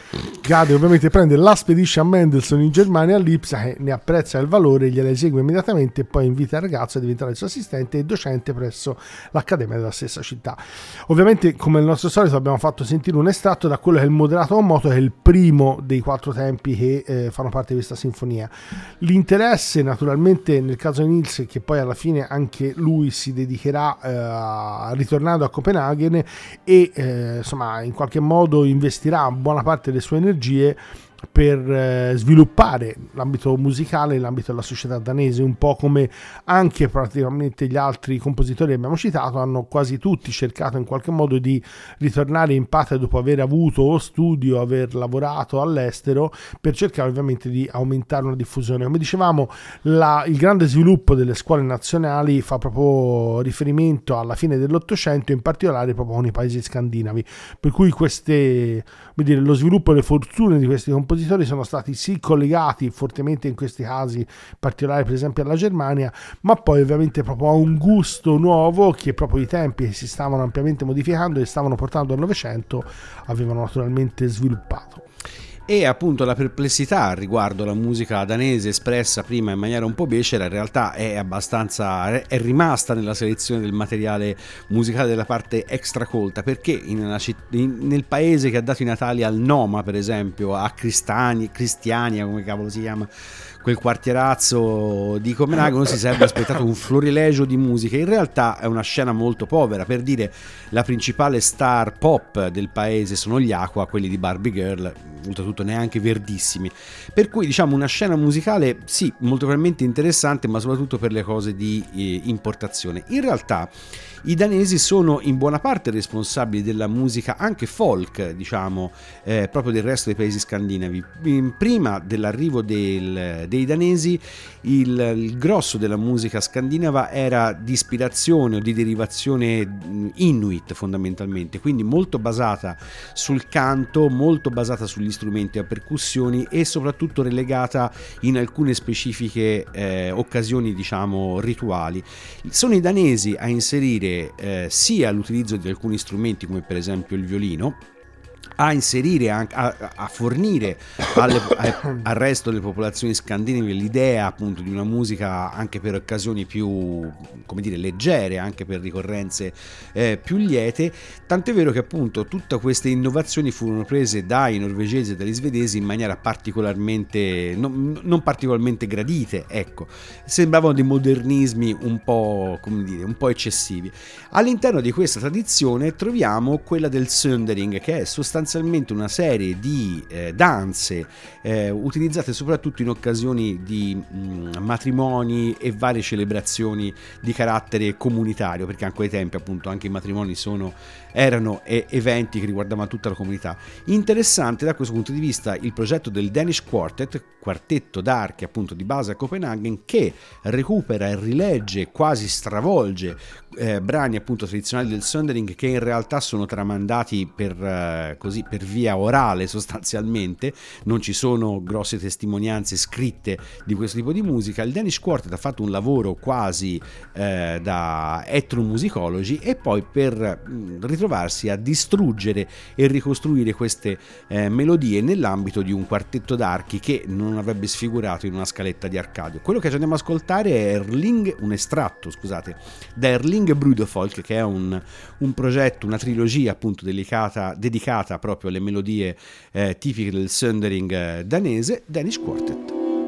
Gade ovviamente prende la spedisce a Mendelssohn in Germania, a Lipsia, che ne apprezza il valore, gliela esegue immediatamente e poi invita il ragazzo a diventare il suo assistente e docente presso l'Accademia della stessa città. Ovviamente, come il nostro solito, abbiamo fatto sentire un estratto da quello che è il moderato con moto, che è il primo dei quattro tempi che eh, fanno parte di questa sinfonia. L'interesse naturalmente nel caso di Niels, che poi alla fine anche lui si dedicherà eh, ritornando a Copenaghen e eh, insomma in qualche modo investirà buona parte delle sue energie per eh, sviluppare l'ambito musicale, l'ambito della società danese, un po' come anche praticamente gli altri compositori che abbiamo citato hanno quasi tutti cercato in qualche modo di ritornare in patria dopo aver avuto studio, aver lavorato all'estero, per cercare ovviamente di aumentare una diffusione. Come dicevamo, la, il grande sviluppo delle scuole nazionali fa proprio riferimento alla fine dell'Ottocento, in particolare proprio con i paesi scandinavi, per cui queste, come dire, lo sviluppo e le fortune di questi compositori sono stati sì collegati fortemente in questi casi, in particolare per esempio alla Germania, ma poi ovviamente proprio a un gusto nuovo che proprio i tempi che si stavano ampiamente modificando e stavano portando al Novecento avevano naturalmente sviluppato. E appunto la perplessità riguardo la musica danese espressa prima in maniera un po' becera in realtà è abbastanza è rimasta nella selezione del materiale musicale della parte extracolta, perché in in, nel paese che ha dato i natali al Noma, per esempio, a Cristani, Cristiania, come cavolo si chiama quel quartierazzo di Copenaghen, uno si sarebbe aspettato un florilegio di musica. In realtà è una scena molto povera. Per dire, la principale star pop del paese sono gli Aqua, quelli di Barbie Girl, oltretutto neanche verdissimi, per cui diciamo una scena musicale sì molto probabilmente interessante, ma soprattutto per le cose di eh, importazione. In realtà I danesi sono in buona parte responsabili della musica anche folk, diciamo, eh, proprio del resto dei paesi scandinavi. Prima dell'arrivo del, dei danesi il, il grosso della musica scandinava era di ispirazione o di derivazione inuit fondamentalmente, quindi molto basata sul canto, molto basata sugli strumenti a percussioni e soprattutto relegata in alcune specifiche eh, occasioni, diciamo, rituali. Sono i danesi a inserire eh, sia l'utilizzo di alcuni strumenti come per esempio il violino, a inserire anche, a, a fornire alle, a, al resto delle popolazioni scandinave l'idea appunto di una musica anche per occasioni più, come dire, leggere, anche per ricorrenze eh, più liete, tant'è vero che appunto tutte queste innovazioni furono prese dai norvegesi e dagli svedesi in maniera particolarmente non, non particolarmente gradite, ecco, sembravano dei modernismi un po', come dire, un po' eccessivi. All'interno di questa tradizione troviamo quella del Söndering, che è sostanzialmente una serie di eh, danze eh, utilizzate soprattutto in occasioni di mh, matrimoni e varie celebrazioni di carattere comunitario, perché anche ai tempi appunto anche i matrimoni sono, erano eh, eventi che riguardavano tutta la comunità. Interessante da questo punto di vista il progetto del Danish Quartet, quartetto d'archi appunto di base a Copenaghen, che recupera e rilegge, quasi stravolge eh, brani appunto tradizionali del Söndering che in realtà sono tramandati per eh, così per via orale sostanzialmente, non ci sono grosse testimonianze scritte di questo tipo di musica. Il Danish Quartet ha fatto un lavoro quasi eh, da etnomusicologi e poi per mh, ritrovarsi a distruggere e ricostruire queste eh, melodie nell'ambito di un quartetto d'archi che non avrebbe sfigurato in una scaletta di Arcadio. Quello che ci andiamo a ascoltare è Erling, un estratto, scusate, da Erling Brudefolk, che è un, un progetto, una trilogia appunto dedicata, dedicata proprio alle melodie eh, tipiche del Söndering eh, danese, Danish Quartet.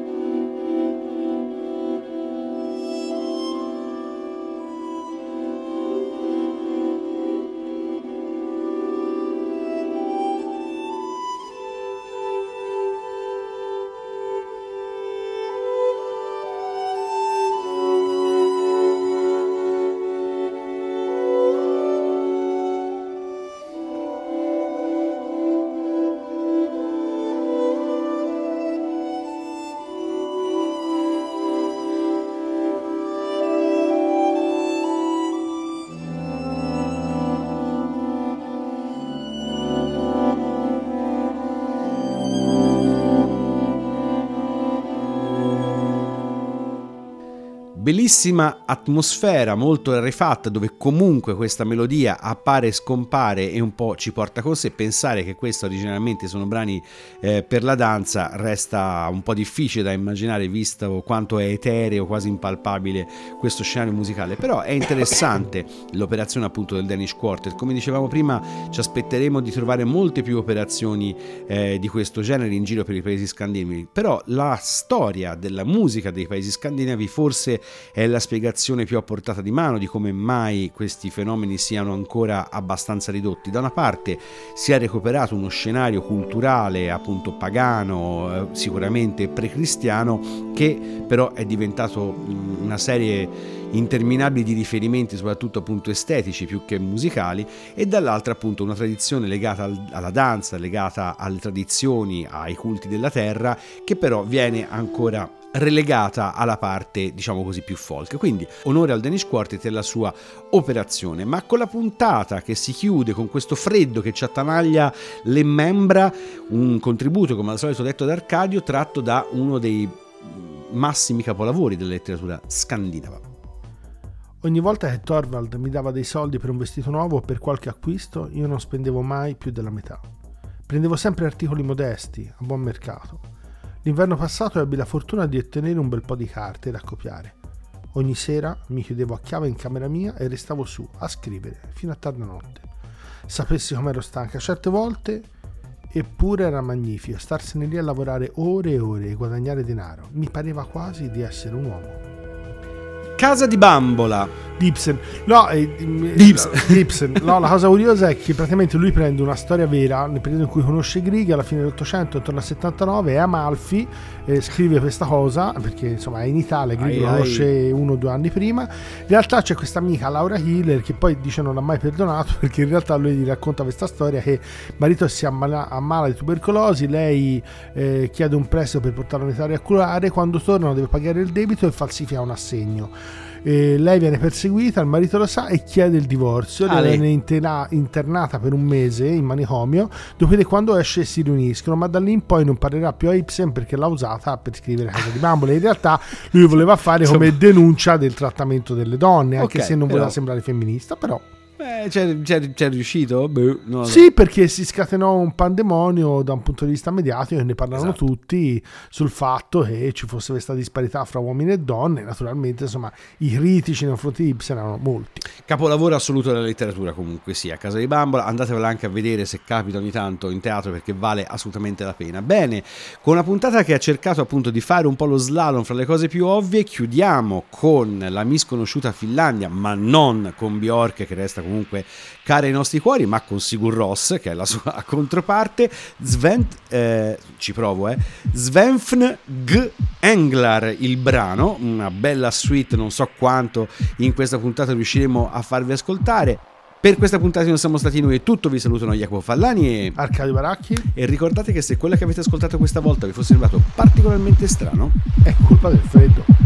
Bellissima atmosfera molto rarefatta, dove comunque questa melodia appare e scompare e un po' ci porta con sé. Pensare che questi originalmente sono brani eh, per la danza resta un po' difficile da immaginare, visto quanto è etereo, quasi impalpabile questo scenario musicale. Però è interessante l'operazione appunto del Danish Quartet. Come dicevamo prima, ci aspetteremo di trovare molte più operazioni eh, di questo genere in giro per i paesi scandinavi, però la storia della musica dei paesi scandinavi forse è la spiegazione più a portata di mano di come mai questi fenomeni siano ancora abbastanza ridotti. Da una parte si è recuperato uno scenario culturale appunto pagano, eh, sicuramente precristiano, che però è diventato una serie interminabili di riferimenti, soprattutto appunto estetici più che musicali, e dall'altra appunto una tradizione legata al, alla danza, legata alle tradizioni, ai culti della terra, che però viene ancora relegata alla parte, diciamo così, più folk. Quindi onore al Danish Quartet e alla sua operazione. Ma con la puntata che si chiude con questo freddo che ci attanaglia le membra, un contributo come al solito detto da Arcadio, tratto da uno dei massimi capolavori della letteratura scandinava. Ogni volta che Thorvald mi dava dei soldi per un vestito nuovo o per qualche acquisto, io non spendevo mai più della metà. Prendevo sempre articoli modesti, a buon mercato. L'inverno passato ebbi la fortuna di ottenere un bel po' di carte da copiare. Ogni sera mi chiudevo a chiave in camera mia e restavo su a scrivere fino a tarda notte. Sapessi com'ero stanca certe volte, eppure era magnifico starsene lì a lavorare ore e ore e guadagnare denaro. Mi pareva quasi di essere un uomo. Casa di Bambola, di Ibsen. No, eh, Di Ibsen. di Ibsen. No, la cosa curiosa è che praticamente lui prende una storia vera nel periodo in cui conosce Grieg alla fine dell'Ottocento, intorno al settantanove, è a Amalfi, eh, scrive questa cosa perché insomma è in Italia, Grieg lo conosce uno o due anni prima. In realtà c'è questa amica Laura Hiller che poi dice non ha mai perdonato, perché in realtà lui gli racconta questa storia che il marito si ammala, ammala di tubercolosi, lei eh, chiede un prestito per portarlo in Italia a curare, quando tornano deve pagare il debito e falsifica un assegno. E lei viene perseguita, il marito lo sa e chiede il divorzio. Ah, lei lei. viene interna- internata per un mese in manicomio, dopodiché quando esce si riuniscono, ma da lì in poi non parlerà più a Ibsen perché l'ha usata per scrivere Casa di Bambole. In realtà lui voleva fare come denuncia del trattamento delle donne, anche Ok, se non voleva però- sembrare femminista, però Beh, c'è, c'è, c'è riuscito? Beh, non lo so. sì, perché si scatenò un pandemonio da un punto di vista mediatico e ne parlarono Esatto. tutti sul fatto che ci fosse questa disparità fra uomini e donne. Naturalmente, insomma, i critici nei confronti di Ibsen erano molti. Capolavoro assoluto della letteratura, comunque sia Casa di Bambola, andatevela anche a vedere se capita ogni tanto in teatro, perché vale assolutamente la pena. Bene, con una puntata che ha cercato appunto di fare un po' lo slalom fra le cose più ovvie, chiudiamo con la misconosciuta Finlandia, ma non con Björk, che resta comunque cara ai nostri cuori, ma con Sigur Rós, che è la sua controparte. Sven, eh, ci provo eh Svenfn G Englar, il brano, una bella suite, non so quanto in questa puntata riusciremo a farvi ascoltare. Per questa puntata non siamo stati noi, è tutto, vi salutano Jacopo Fallani e Arcadio Baracchi, e ricordate che se quello che avete ascoltato questa volta vi fosse sembrato particolarmente strano, è colpa del freddo.